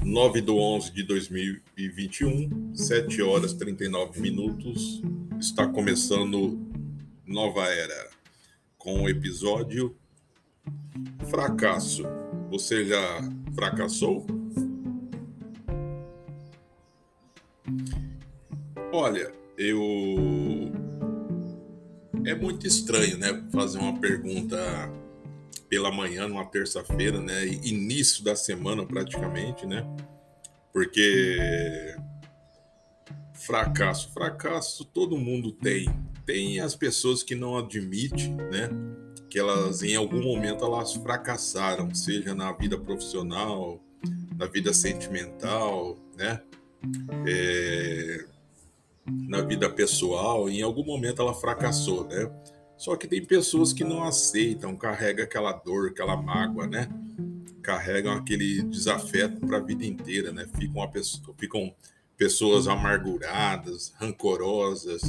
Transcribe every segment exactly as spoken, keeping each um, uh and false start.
nove de onze de dois mil e vinte e um, sete horas e trinta e nove minutos. Está começando Nova Era com o episódio Fracasso. Você já fracassou? Olha, eu... É muito estranho, né, fazer uma pergunta pela manhã, numa terça-feira, né, início da semana praticamente, né, porque fracasso, fracasso todo mundo tem. Tem as pessoas que não admitem, né, que elas em algum momento elas fracassaram, seja na vida profissional, na vida sentimental, né, é... na vida pessoal, em algum momento ela fracassou, né? Só que tem pessoas que não aceitam, carregam aquela dor, aquela mágoa, né? Carregam aquele desafeto para a vida inteira, né? Ficam, uma pessoa, ficam pessoas amarguradas, rancorosas,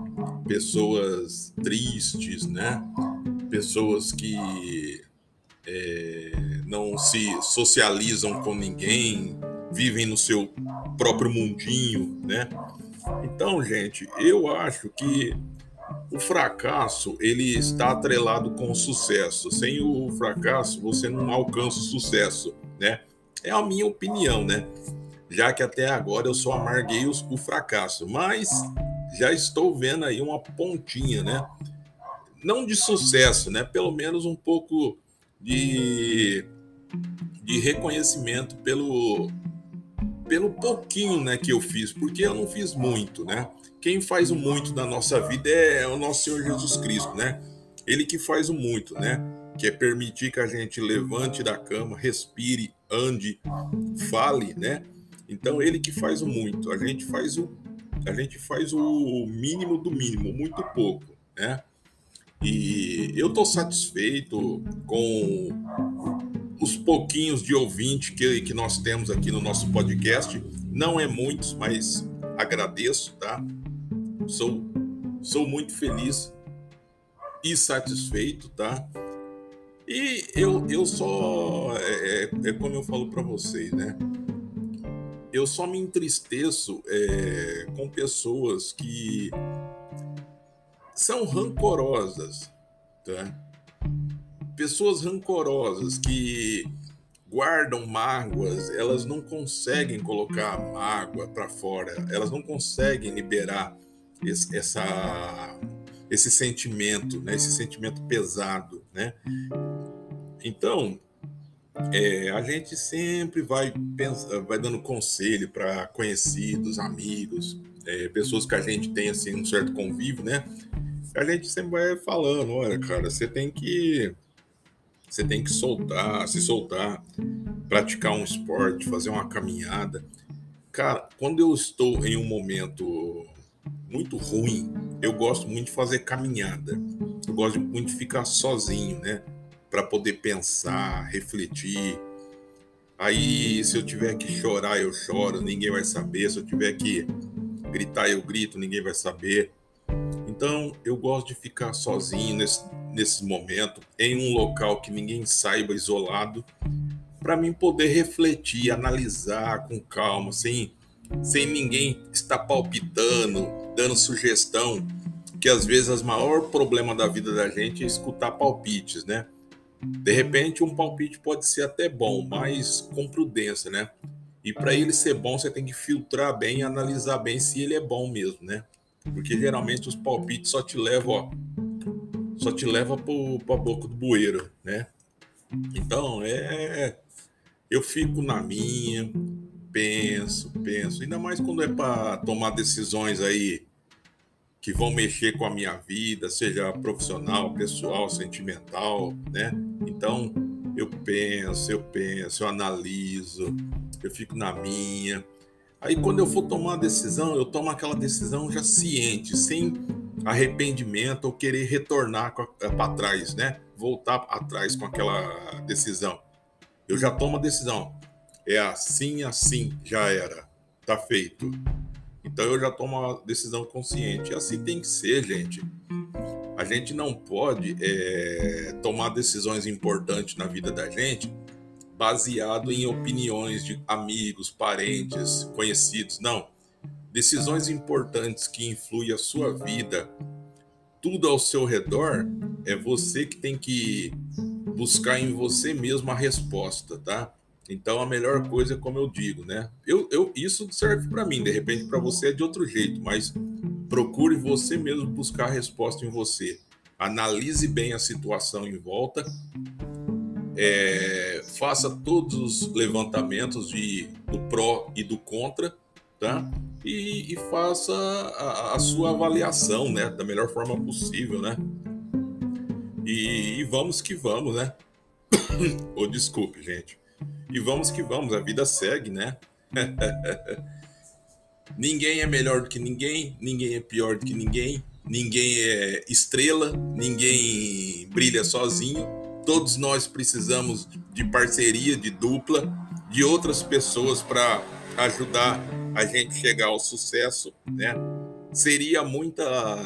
pessoas tristes, né? Pessoas que é, não se socializam com ninguém, vivem no seu próprio mundinho, né? Então, gente, eu acho que o fracasso ele está atrelado com o sucesso. Sem o fracasso, você não alcança o sucesso, né? É a minha opinião, né? Já que até agora eu só amarguei o fracasso, mas já estou vendo aí uma pontinha, né? Não de sucesso, né? Pelo menos um pouco de, de reconhecimento pelo pelo pouquinho, né, que eu fiz, porque eu não fiz muito, né? Quem faz o muito na nossa vida é o nosso Senhor Jesus Cristo, né? Ele que faz o muito, né? Que é permitir que a gente levante da cama, respire, ande, fale, né? Então ele que faz o muito. A gente faz o a gente faz o mínimo do mínimo, muito pouco, né? E eu tô satisfeito com os pouquinhos de ouvinte que, que nós temos aqui no nosso podcast. Não é muitos, mas agradeço, tá? Sou, sou muito feliz e satisfeito, tá? E eu, eu só... É, é, é como eu falo para vocês, né? Eu só me entristeço é, com pessoas que são rancorosas, tá? Pessoas rancorosas que guardam mágoas, elas não conseguem colocar a mágoa para fora, elas não conseguem liberar esse, essa, esse sentimento, né? Esse sentimento pesado, né? Então, é, a gente sempre vai, pensa, vai dando conselho para conhecidos, amigos, é, pessoas que a gente tem assim, um certo convívio, né? A gente sempre vai falando, olha, cara, você tem que você tem que soltar, se soltar, praticar um esporte, fazer uma caminhada. Cara, quando eu estou em um momento muito ruim, eu gosto muito de fazer caminhada. Eu gosto muito de ficar sozinho, né? Para poder pensar, refletir. Aí, se eu tiver que chorar, eu choro, ninguém vai saber. Se eu tiver que gritar, eu grito, ninguém vai saber. Então, eu gosto de ficar sozinho nesse, nesse momento, em um local que ninguém saiba, isolado, para mim poder refletir, analisar com calma, sem, sem ninguém estar palpitando, dando sugestão, que às vezes o maior problema da vida da gente é escutar palpites, né? De repente um palpite pode ser até bom, mas com prudência, né? E para ele ser bom, você tem que filtrar bem e analisar bem se ele é bom mesmo, né? Porque geralmente os palpites só te levam, ó, só te leva para a boca do bueiro, né? Então, é... eu fico na minha, penso, penso. Ainda mais quando é para tomar decisões aí que vão mexer com a minha vida, seja profissional, pessoal, sentimental, né? Então, eu penso, eu penso, eu analiso, eu fico na minha. Aí, quando eu for tomar uma decisão, eu tomo aquela decisão já ciente, sem arrependimento ou querer retornar para trás, né? Voltar atrás com aquela decisão. Eu já tomo a decisão. É assim, assim, já era. Tá feito. Então eu já tomo a decisão consciente. E assim tem que ser, gente. A gente não pode é, tomar decisões importantes na vida da gente baseado em opiniões de amigos, parentes, conhecidos. Não. Decisões importantes que influem a sua vida, tudo ao seu redor, é você que tem que buscar em você mesmo a resposta, tá? Então a melhor coisa é como eu digo, né? Eu, eu isso serve para mim, de repente para você é de outro jeito, mas procure você mesmo buscar a resposta em você. Analise bem a situação em volta, é, faça todos os levantamentos de, do pró e do contra, tá? E, e faça a, a sua avaliação, né? Da melhor forma possível, né? E, e vamos que vamos, né? Oh, desculpe, gente. E vamos que vamos, a vida segue, né? Ninguém é melhor do que ninguém, ninguém é pior do que ninguém, ninguém é estrela, ninguém brilha sozinho. Todos nós precisamos de parceria, de dupla, de outras pessoas para ajudar a gente chegar ao sucesso, né? Seria muita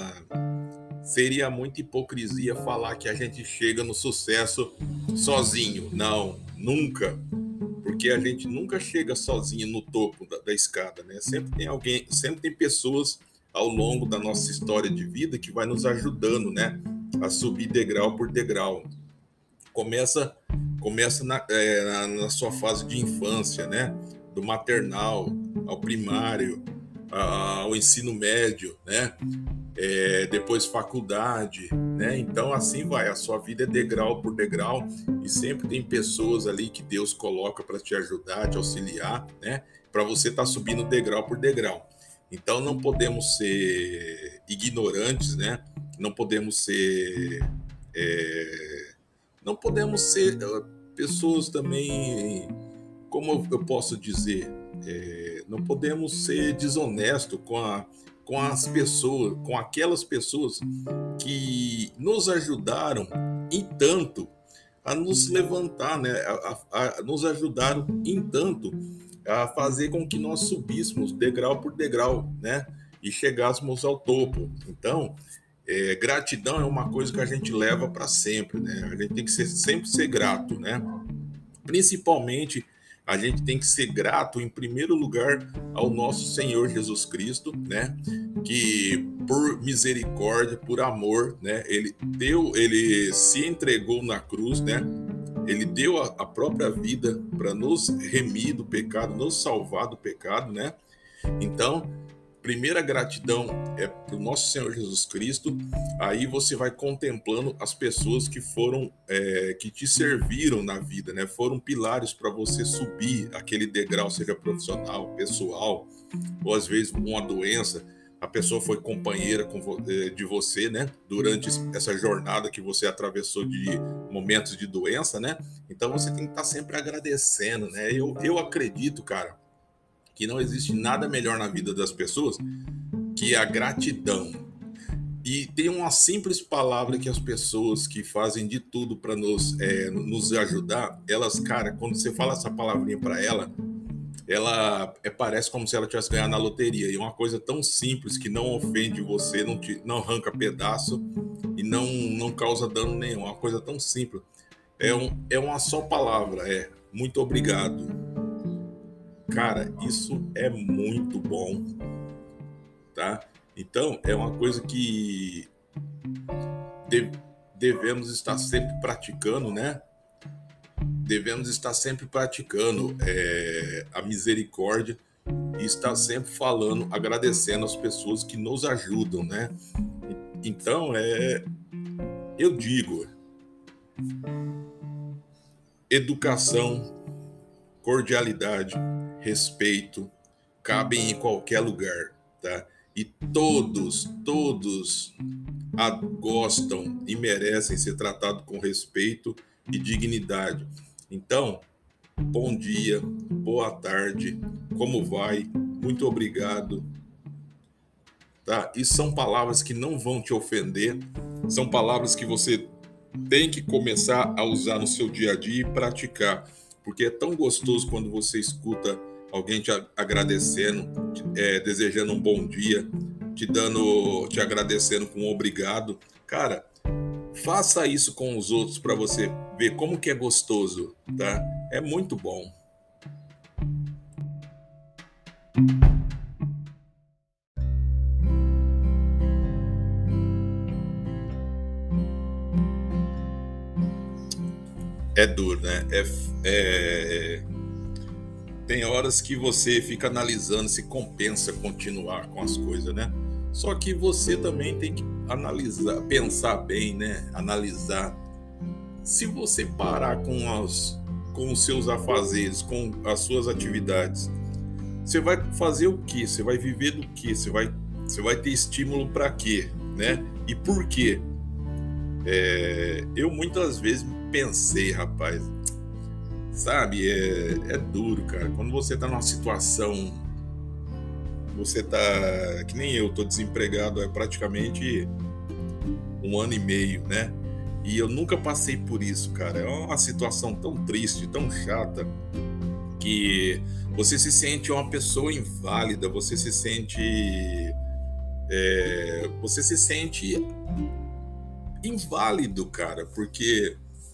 seria muita hipocrisia falar que a gente chega no sucesso sozinho. Não, nunca. Porque a gente nunca chega sozinho no topo da, da escada, né? Sempre tem alguém, sempre tem pessoas ao longo da nossa história de vida que vai nos ajudando, né? A subir degrau por degrau. Começa, começa na, é, na, na sua fase de infância, né? Do maternal ao primário, ao ensino médio, né? É, depois faculdade, né? Então assim vai, a sua vida é degrau por degrau e sempre tem pessoas ali que Deus coloca para te ajudar, te auxiliar, né? Para você estar tá subindo degrau por degrau. Então não podemos ser ignorantes, né? Não podemos ser, é, não podemos ser pessoas também, como eu posso dizer, é, não podemos ser desonestos com a com as pessoas, com aquelas pessoas que nos ajudaram em tanto a nos levantar, né? A, a, a nos ajudaram em tanto a fazer com que nós subíssemos degrau por degrau, né? E chegássemos ao topo. Então, é, gratidão é uma coisa que a gente leva para sempre, né? A gente tem que ser, sempre ser grato, né? Principalmente a gente tem que ser grato, em primeiro lugar, ao nosso Senhor Jesus Cristo, né? Que por misericórdia, por amor, né? Ele deu, ele se entregou na cruz, né? Ele deu a, a própria vida para nos remir do pecado, nos salvar do pecado, né? Então, primeira gratidão é para o nosso Senhor Jesus Cristo. Aí você vai contemplando as pessoas que foram, é, que te serviram na vida, né? Foram pilares para você subir aquele degrau, seja profissional, pessoal, ou às vezes uma doença. A pessoa foi companheira de você, né? Durante essa jornada que você atravessou de momentos de doença, né? Então você tem que estar sempre agradecendo, né? Eu, eu acredito, cara, que não existe nada melhor na vida das pessoas que a gratidão. E tem uma simples palavra que as pessoas que fazem de tudo para nos, é, nos ajudar, elas, cara, quando você fala essa palavrinha para ela, ela é, parece como se ela tivesse ganhado na loteria. E é uma coisa tão simples que não ofende você, não, te, não arranca pedaço e não, não causa dano nenhum. É uma coisa tão simples. É, um, é uma só palavra, é muito obrigado. Cara, isso é muito bom, tá? Então, é uma coisa que de, devemos estar sempre praticando, né? Devemos estar sempre praticando é, a misericórdia e estar sempre falando, agradecendo as pessoas que nos ajudam, né? Então, é, eu digo, educação, cordialidade, respeito, cabem em qualquer lugar, tá? E todos, todos a gostam e merecem ser tratados com respeito e dignidade. Então, bom dia, boa tarde, como vai? Muito obrigado, tá? E são palavras que não vão te ofender, são palavras que você tem que começar a usar no seu dia a dia e praticar, porque é tão gostoso quando você escuta alguém te agradecendo, é, desejando um bom dia, te dando, te agradecendo com um obrigado. Cara, faça isso com os outros para você ver como que é gostoso, tá? É muito bom. É duro, né? É, é, tem horas que você fica analisando se compensa continuar com as coisas, né? Só que você também tem que analisar, pensar bem, né? Analisar. Se você parar com, as, com os seus afazeres, com as suas atividades, você vai fazer o quê? Você vai viver do quê? Você vai, você vai ter estímulo para quê? Né? E por quê? É, eu muitas vezes pensei, rapaz, sabe? É, é duro, cara. Quando você tá numa situação, você tá, que nem eu, tô desempregado há praticamente um ano e meio, né? E eu nunca passei por isso, cara. É uma situação tão triste, tão chata, que você se sente uma pessoa inválida, você se sente. É, você se sente inválido, cara, porque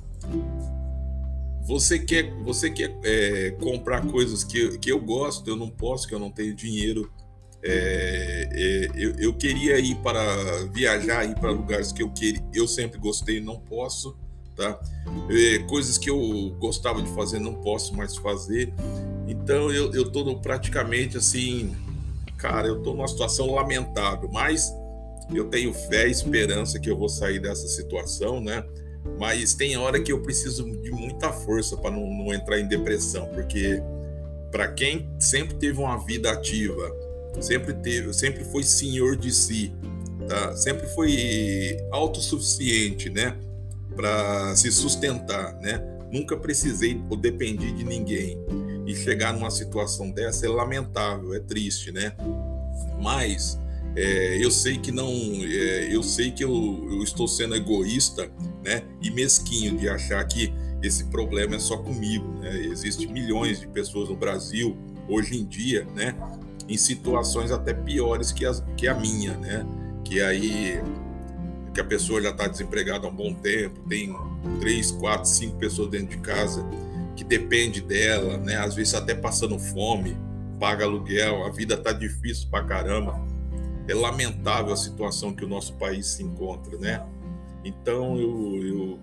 você quer, você quer é, comprar coisas que, que eu gosto, eu não posso, que eu não tenho dinheiro. É, é, eu, eu queria ir para viajar, ir para lugares que eu queria, eu sempre gostei, não posso, tá? É, coisas que eu gostava de fazer, não posso mais fazer. Então eu, eu tô praticamente assim, cara, eu tô numa situação lamentável, mas eu tenho fé e esperança que eu vou sair dessa situação, né? Mas tem hora que eu preciso de muita força para não, não entrar em depressão, porque para quem sempre teve uma vida ativa, sempre teve, sempre foi senhor de si, tá? Sempre foi autossuficiente, né? Para se sustentar, né? Nunca precisei ou dependi de ninguém. E chegar numa situação dessa é lamentável, é triste, né? Mas é, eu sei que não, é, eu sei que eu, eu estou sendo egoísta, né? E mesquinho de achar que esse problema é só comigo, né? Existem milhões de pessoas no Brasil hoje em dia, né? Em situações até piores que, as, que a minha, né? Que aí que a pessoa já está desempregada há um bom tempo, tem três, quatro, cinco pessoas dentro de casa que depende dela, né? Às vezes até passando fome, paga aluguel, a vida tá difícil pra caramba. É lamentável a situação que o nosso país se encontra, né? Então eu, eu,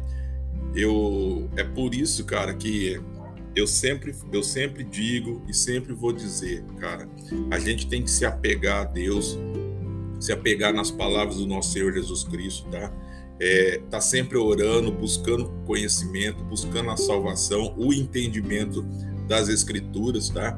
eu é por isso, cara, que eu sempre, eu sempre digo e sempre vou dizer, cara, a gente tem que se apegar a Deus, se apegar nas palavras do nosso Senhor Jesus Cristo, tá? É, tá sempre orando, buscando conhecimento, buscando a salvação, o entendimento das Escrituras, tá?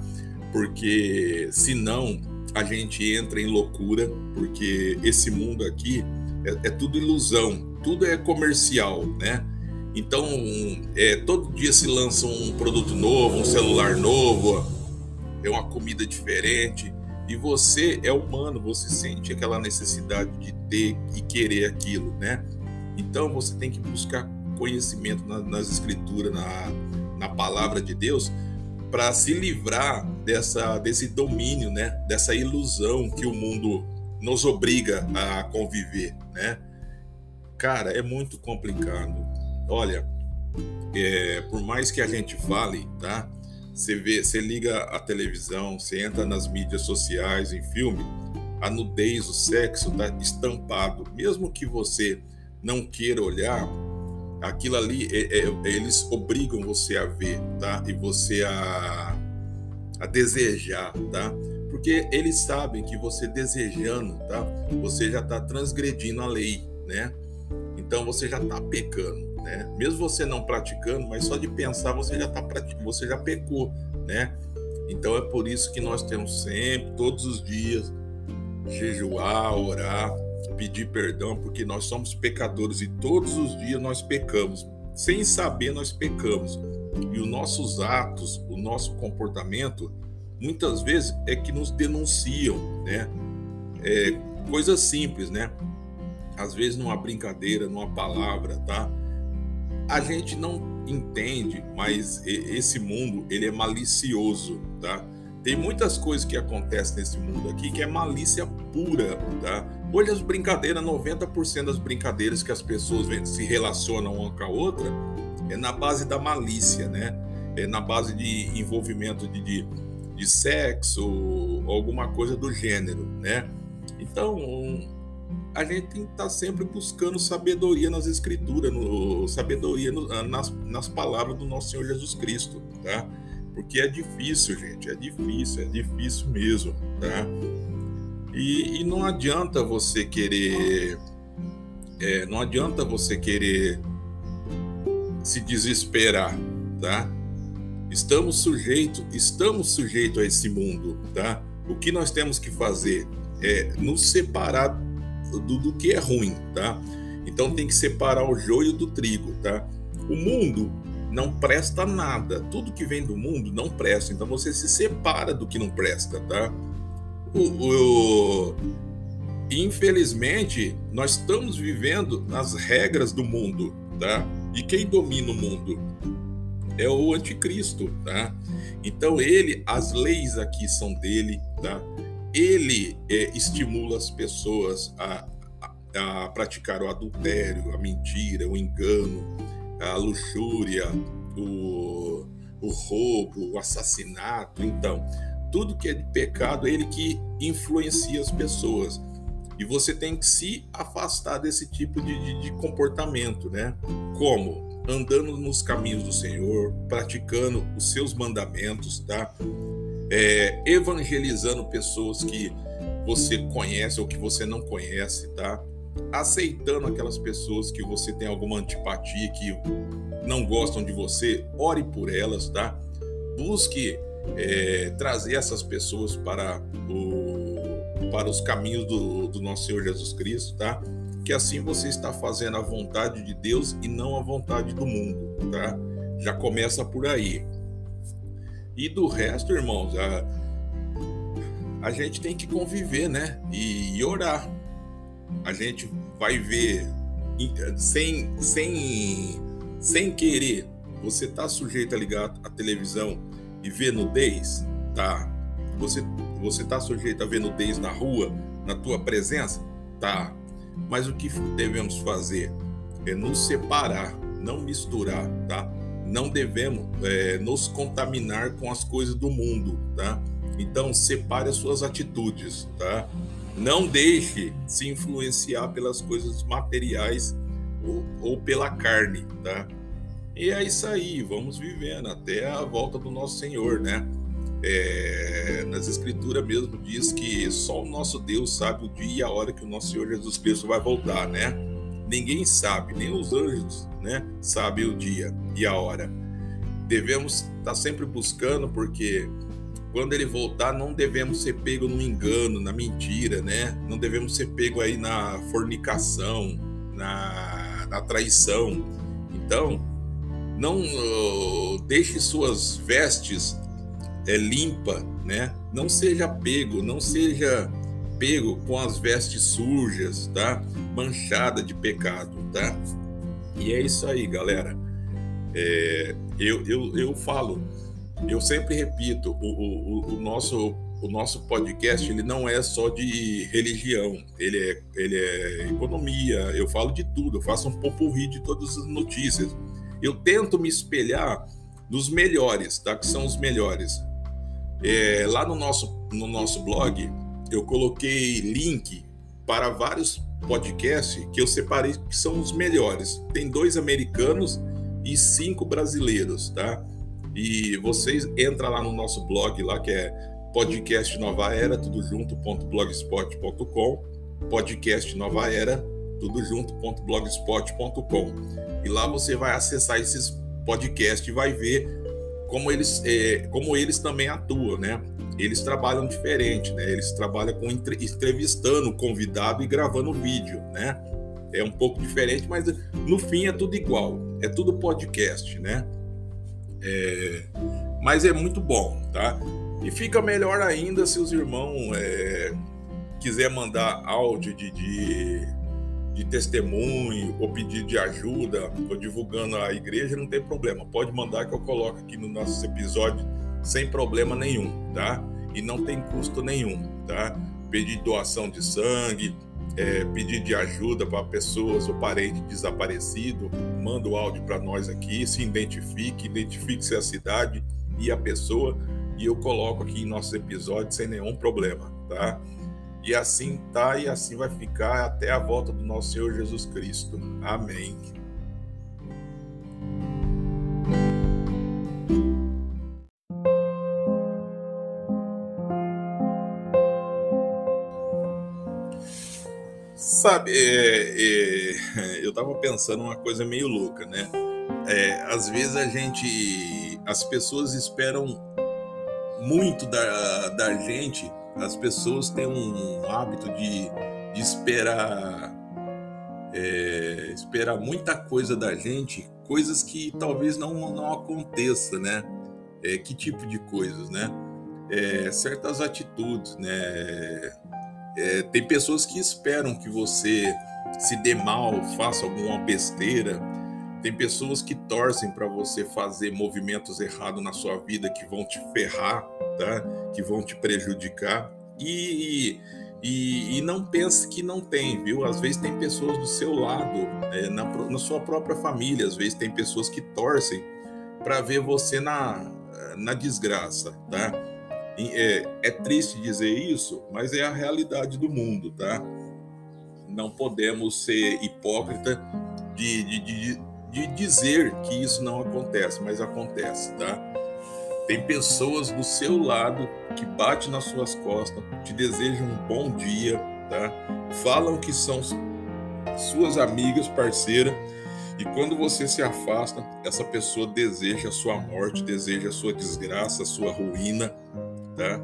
Porque senão a gente entra em loucura, porque esse mundo aqui é, é tudo ilusão, tudo é comercial, né? Então, é, todo dia se lança um produto novo, um celular novo, é uma comida diferente, e você é humano, você sente aquela necessidade de ter e querer aquilo, né? Então, você tem que buscar conhecimento na, nas escrituras, na, na palavra de Deus, para se livrar dessa, desse domínio, né? Dessa ilusão que o mundo nos obriga a conviver, né? Cara, é muito complicado. Olha, é, por mais que a gente fale, tá? Você vê, você liga a televisão, você entra nas mídias sociais, em filme, a nudez, o sexo tá estampado. Mesmo que você não queira olhar, aquilo ali, é, é, eles obrigam você a ver, tá? E você a, a desejar, tá? Porque eles sabem que você desejando, tá? Você já está transgredindo a lei, né? Então você já está pecando, né? Mesmo você não praticando, mas só de pensar você já tá praticando, você já pecou, né? Então é por isso que nós temos sempre, todos os dias, jejuar, orar, pedir perdão, porque nós somos pecadores e todos os dias nós pecamos. Sem saber, nós pecamos. E os nossos atos, o nosso comportamento, muitas vezes é que nos denunciam, né? É, coisas simples, né? Às vezes numa brincadeira, numa palavra, tá? A gente não entende, mas esse mundo, ele é malicioso, tá? Tem muitas coisas que acontecem nesse mundo aqui que é malícia pura, tá? Hoje as brincadeiras, noventa por cento das brincadeiras que as pessoas se relacionam uma com a outra é na base da malícia, né? é, na base de envolvimento de, de, de sexo ou alguma coisa do gênero, né? Então, a gente tem que estar sempre buscando sabedoria nas escrituras, no, sabedoria no, nas, nas palavras do nosso Senhor Jesus Cristo, tá? Porque é difícil, gente, é difícil, é difícil mesmo, tá? E, e não adianta você querer, é, não adianta você querer se desesperar, tá? Estamos sujeitos, estamos sujeitos a esse mundo, tá? O que nós temos que fazer é nos separar do, do que é ruim, tá? Então tem que separar o joio do trigo, tá? O mundo não presta nada, tudo que vem do mundo não presta, então você se separa do que não presta, tá? O, o, infelizmente, nós estamos vivendo nas regras do mundo, tá? E quem domina o mundo é o anticristo, tá? Então ele, as leis aqui são dele, tá? Ele é, estimula as pessoas a, a, a praticar o adultério, a mentira, o engano, a luxúria, o, o roubo, o assassinato. Então, tudo que é de pecado é ele que influencia as pessoas. E você tem que se afastar desse tipo de, de, de comportamento, né? Como? Andando nos caminhos do Senhor, praticando os seus mandamentos, tá? É, evangelizando pessoas que você conhece ou que você não conhece, tá? Aceitando aquelas pessoas que você tem alguma antipatia, que não gostam de você, ore por elas, tá? Busque é, trazer essas pessoas para, o, para os caminhos do, do nosso Senhor Jesus Cristo, tá? Que assim você está fazendo a vontade de Deus e não a vontade do mundo, tá? Já começa por aí. E do resto, irmãos, a, a gente tem que conviver, né? E, e orar. A gente vai ver sem, sem, sem querer. Você tá sujeito a ligar a televisão e ver nudez? Tá. Você, você tá sujeito a ver nudez na rua, na tua presença? Tá. Mas o que devemos fazer é nos separar, não misturar, tá? Não devemos é, nos contaminar com as coisas do mundo, tá? Então, separe as suas atitudes, tá? Não deixe se influenciar pelas coisas materiais ou, ou pela carne, tá? E é isso aí, vamos vivendo até a volta do nosso Senhor, né? É, nas escrituras mesmo diz que só o nosso Deus sabe o dia e a hora que o nosso Senhor Jesus Cristo vai voltar, né? Ninguém sabe, nem os anjos, né, sabem o dia e a hora. Devemos estar sempre buscando, porque quando ele voltar não devemos ser pego no engano, na mentira, né? Não devemos ser pego aí na fornicação, na, na traição. Então, não uh, deixe suas vestes é, limpa, né? Não seja pego, não seja pego com as vestes sujas, tá? Manchada de pecado, tá? E é isso aí, galera. É, eu, eu, eu falo, eu sempre repito, o, o, o, nosso, o nosso podcast, ele não é só de religião, ele é, ele é economia, eu falo de tudo, eu faço um popurrí de todas as notícias. Eu tento me espelhar nos melhores, tá? Que são os melhores. É, lá no nosso, no nosso blog, eu coloquei link para vários podcasts que eu separei que são os melhores. Tem dois americanos e cinco brasileiros, tá? E vocês entram lá no nosso blog, lá que é podcast Nova Era, tudo junto, ponto blogspot ponto com, podcast Nova Era, tudo junto, ponto blogspot ponto com. E lá você vai acessar esses podcasts e vai ver como eles, é, como eles também atuam, né? Eles trabalham diferente, né? Eles trabalham com entre, entrevistando o convidado e gravando vídeo, né? É um pouco diferente, mas no fim é tudo igual. É tudo podcast, né? É, mas é muito bom, tá? E fica melhor ainda se os irmãos é, quiser mandar áudio de, de, de testemunho ou pedido de ajuda ou divulgando a igreja, não tem problema. Pode mandar que eu coloco aqui no nosso episódio sem problema nenhum, tá? E não tem custo nenhum, tá? Pedir doação de sangue, é, pedir de ajuda para pessoas ou parente desaparecido, manda o áudio para nós aqui, se identifique, identifique-se a cidade e a pessoa, e eu coloco aqui em nossos episódios sem nenhum problema, tá? E assim tá, e assim vai ficar até a volta do nosso Senhor Jesus Cristo. Amém. Sabe, é, é, eu tava pensando uma coisa meio louca, né? É, às vezes a gente, as pessoas esperam muito da, da gente, as pessoas têm um hábito de, de esperar, é, esperar muita coisa da gente, coisas que talvez não, não aconteça, né? É, que tipo de coisas, né? É, certas atitudes, né? É, tem pessoas que esperam que você se dê mal, faça alguma besteira. Tem pessoas que torcem para você fazer movimentos errados na sua vida que vão te ferrar, tá? Que vão te prejudicar. E, e, e não pense que não tem, viu? Às vezes tem pessoas do seu lado, é, na, na sua própria família. Às vezes tem pessoas que torcem para ver você na, na desgraça, tá? É, é triste dizer isso, mas é a realidade do mundo, tá? Não podemos ser hipócritas de, de, de, de dizer que isso não acontece, mas acontece, tá? Tem pessoas do seu lado que batem nas suas costas, te desejam um bom dia, tá? Falam que são suas amigas, parceiras, e quando você se afasta, essa pessoa deseja a sua morte, deseja a sua desgraça, a sua ruína, tá?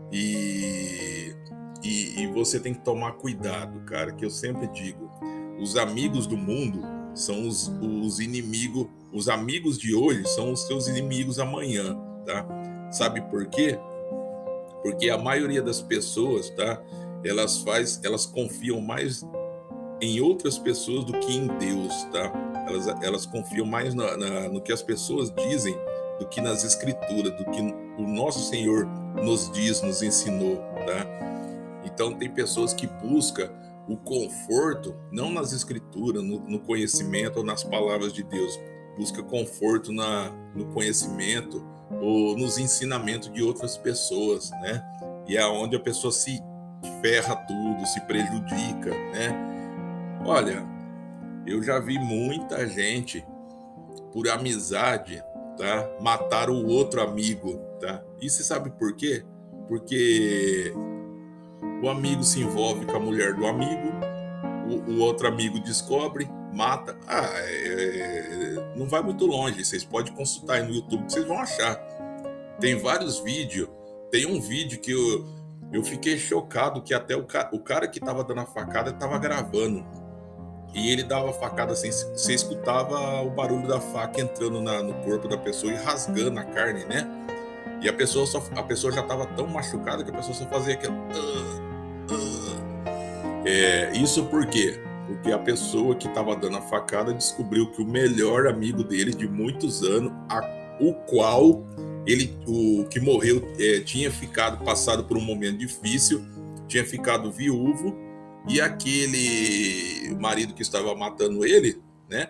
E, e, e você tem que tomar cuidado, cara, que eu sempre digo, os amigos do mundo são os, os inimigos, os amigos de hoje são os seus inimigos amanhã, tá? Sabe por quê? Porque a maioria das pessoas, tá? Elas faz, elas confiam mais em outras pessoas do que em Deus, tá? Elas, elas confiam mais na, na, no que as pessoas dizem do que nas escrituras, do que o nosso Senhor nos diz, nos ensinou, tá? Então tem pessoas que buscam o conforto não nas escrituras, no, no conhecimento ou nas palavras de Deus, busca conforto na, no conhecimento ou nos ensinamentos de outras pessoas, né? E é onde a pessoa se ferra tudo, se prejudica, né? Olha, eu já vi muita gente por amizade, tá? Matar o outro amigo, tá? E você sabe por quê? Porque o amigo se envolve com a mulher do amigo, o, o outro amigo descobre, mata. Ah, é, não vai muito longe, vocês podem consultar aí no YouTube que vocês vão achar. Tem vários vídeos, tem um vídeo que eu, eu fiquei chocado que até o, ca, o cara que tava dando a facada estava gravando. E ele dava a facada assim, você escutava o barulho da faca entrando na, no corpo da pessoa e rasgando a carne, né? E a pessoa, só, a pessoa já estava tão machucada que a pessoa só fazia aquele... Uh, uh. É, isso por quê? Porque a pessoa que estava dando a facada descobriu que o melhor amigo dele de muitos anos, a, o qual ele, o que morreu, é, tinha ficado, passado por um momento difícil, tinha ficado viúvo, e aquele marido que estava matando ele, né,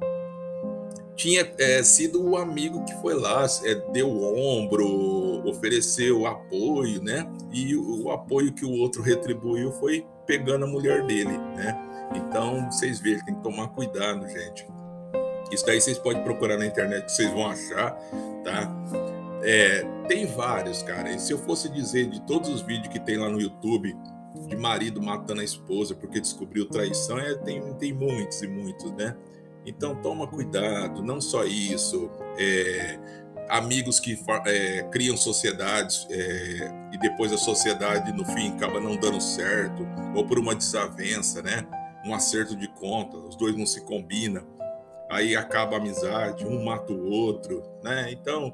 tinha é, sido o amigo que foi lá, é, deu o ombro, ofereceu apoio, né, e o, o apoio que o outro retribuiu foi pegando a mulher dele, né. Então, vocês vejam, tem que tomar cuidado, gente. Isso daí vocês podem procurar na internet que vocês vão achar, tá? É, tem vários, cara. E se eu fosse dizer de todos os vídeos que tem lá no YouTube de marido matando a esposa porque descobriu traição, é, tem, tem muitos e muitos, né? Então toma cuidado, não só isso, é, amigos que é, criam sociedades é, e depois a sociedade no fim acaba não dando certo, ou por uma desavença, né? Um acerto de conta, os dois não se combinam, aí acaba a amizade, um mata o outro, né? Então,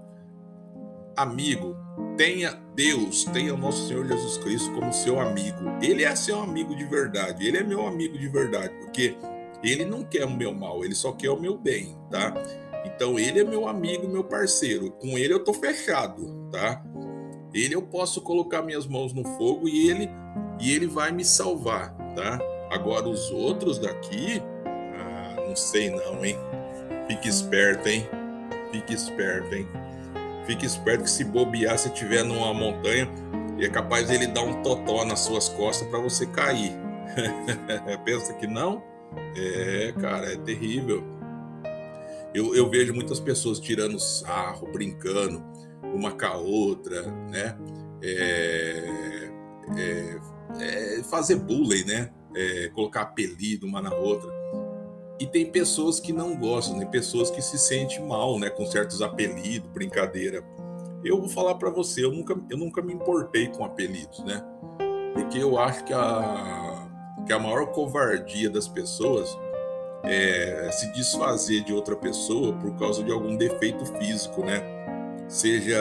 amigo, tenha Deus, tenha o nosso Senhor Jesus Cristo como seu amigo. Ele é seu amigo de verdade, ele é meu amigo de verdade, porque ele não quer o meu mal, ele só quer o meu bem, tá? Então ele é meu amigo, meu parceiro, com ele eu tô fechado, tá? Ele eu posso colocar minhas mãos no fogo e ele, e ele vai me salvar, tá? Agora os outros daqui, ah, não sei não, hein? Fique esperto, hein? Fique esperto, hein? Fique esperto que se bobear, se estiver numa montanha, é capaz ele dar um totó nas suas costas para você cair. Pensa que não? É, cara, é terrível. Eu, eu vejo muitas pessoas tirando sarro, brincando uma com a outra, né? É, é, é fazer bullying, né? É, colocar apelido uma na outra. E tem pessoas que não gostam, tem pessoas que se sentem mal, né? Com certos apelidos, brincadeira. Eu vou falar para você, eu nunca, eu nunca me importei com apelidos, né? Porque eu acho que a, que a maior covardia das pessoas é se desfazer de outra pessoa por causa de algum defeito físico, né? Seja,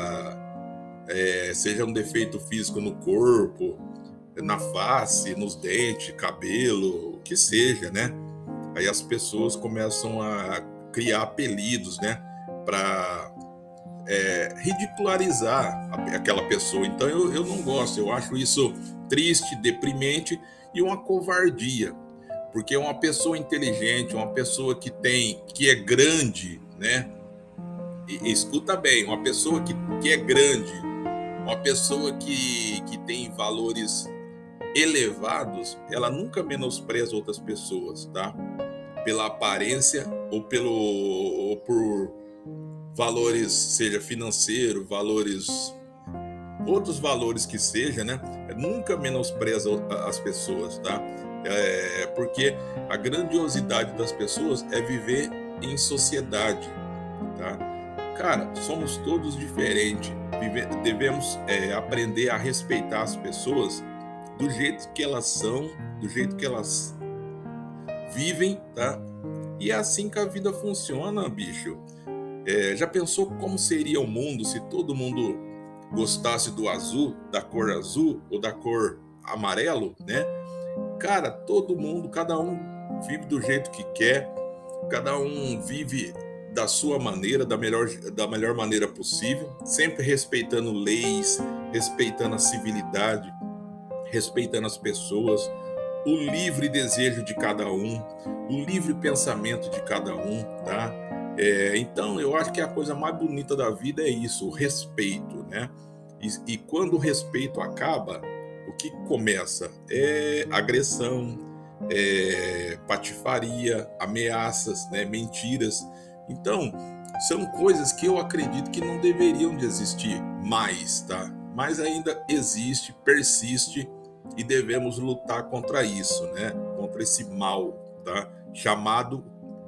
é, seja um defeito físico no corpo, na face, nos dentes, cabelo, o que seja, né? Aí as pessoas começam a criar apelidos, né? Para é, ridicularizar aquela pessoa. Então eu, eu não gosto, eu acho isso triste, deprimente e uma covardia. Porque uma pessoa inteligente, uma pessoa que tem, que é grande, né? E, e escuta bem, uma pessoa que, que é grande, uma pessoa que, que tem valores elevados, ela nunca menospreza outras pessoas, tá? Pela aparência ou pelo ou por valores, seja financeiro, valores, outros valores que seja, né? Nunca menospreza as pessoas, tá? É, porque a grandiosidade das pessoas é viver em sociedade, tá? Cara, somos todos diferentes. Vive, devemos é, aprender a respeitar as pessoas do jeito que elas são, do jeito que elas vivem, tá? E é assim que a vida funciona, bicho. É, já pensou como seria o mundo se todo mundo gostasse do azul, da cor azul ou da cor amarelo, né? Cara, todo mundo, cada um vive do jeito que quer, cada um vive da sua maneira, da melhor, da melhor maneira possível, sempre respeitando leis, respeitando a civilidade, respeitando as pessoas, o livre desejo de cada um, o livre pensamento de cada um, tá? É, então, eu acho que a coisa mais bonita da vida é isso, o respeito, né? E, e quando o respeito acaba, o que começa é agressão, é patifaria, ameaças, né? Mentiras. Então, são coisas que eu acredito que não deveriam de existir mais, tá? Mas ainda existe, persiste e devemos lutar contra isso, né? Contra esse mal, tá? Chamado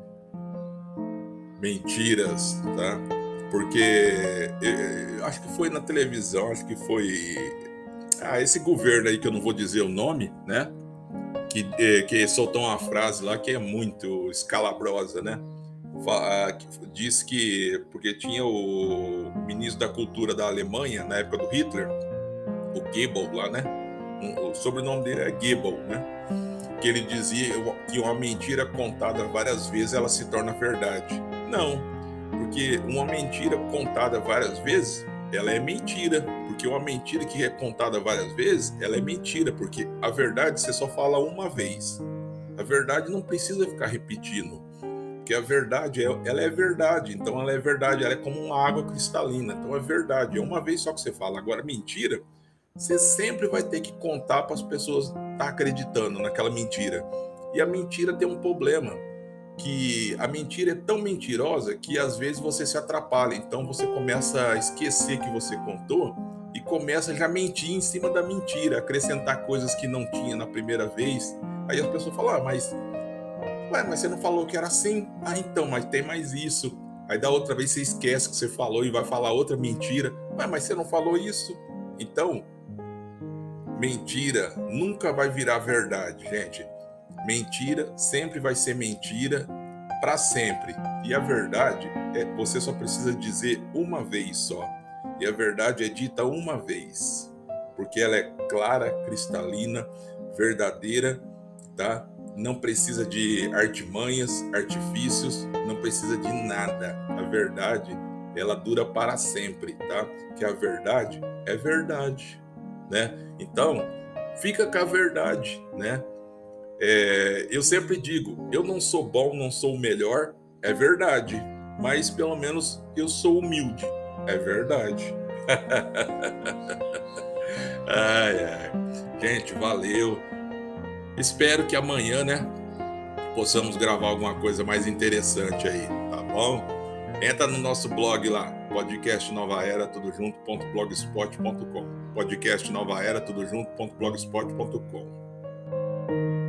mentiras, tá? Porque eu, eu acho que foi na televisão, acho que foi ah, esse governo aí que eu não vou dizer o nome, né? Que, que soltou uma frase lá que é muito escalabrosa, né? Diz que porque tinha o ministro da cultura da Alemanha na época do Hitler, o Goebbels lá, né? O sobrenome dele é Goebbels, né? Que ele dizia que uma mentira contada várias vezes ela se torna verdade. Não, porque uma mentira contada várias vezes ela é mentira, porque uma mentira que é contada várias vezes ela é mentira, porque a verdade você só fala uma vez. A verdade não precisa ficar repetindo, porque a verdade ela é verdade, então ela é verdade, ela é como uma água cristalina, então é verdade, é uma vez só que você fala. Agora mentira, você sempre vai ter que contar para as pessoas estar tá acreditando naquela mentira. E a mentira tem um problema, que a mentira é tão mentirosa que às vezes você se atrapalha. Então você começa a esquecer que você contou e começa já a mentir em cima da mentira, acrescentar coisas que não tinha na primeira vez. Aí as pessoas falam, ah, mas, ué, mas você não falou que era assim? Ah, então, mas tem mais isso. Aí da outra vez você esquece que você falou e vai falar outra mentira. Ué, mas você não falou isso? Então, mentira nunca vai virar verdade, gente. Mentira sempre vai ser mentira para sempre. E a verdade é você só precisa dizer uma vez só. E a verdade é dita uma vez, porque ela é clara, cristalina, verdadeira, tá? Não precisa de artimanhas, artifícios, não precisa de nada. A verdade, ela dura para sempre, tá? Que a verdade é verdade, né? Então, fica com a verdade, né? É, eu sempre digo, eu não sou bom, não sou o melhor, é verdade, mas pelo menos eu sou humilde, é verdade. Ai, ai. Gente, valeu. Espero que amanhã, né, possamos gravar alguma coisa mais interessante aí, tá bom? Entra no nosso blog lá, podcast Nova Era, tudo junto, ponto blogspot ponto com. Podcast Nova Era, tudo junto, ponto blogspot ponto com.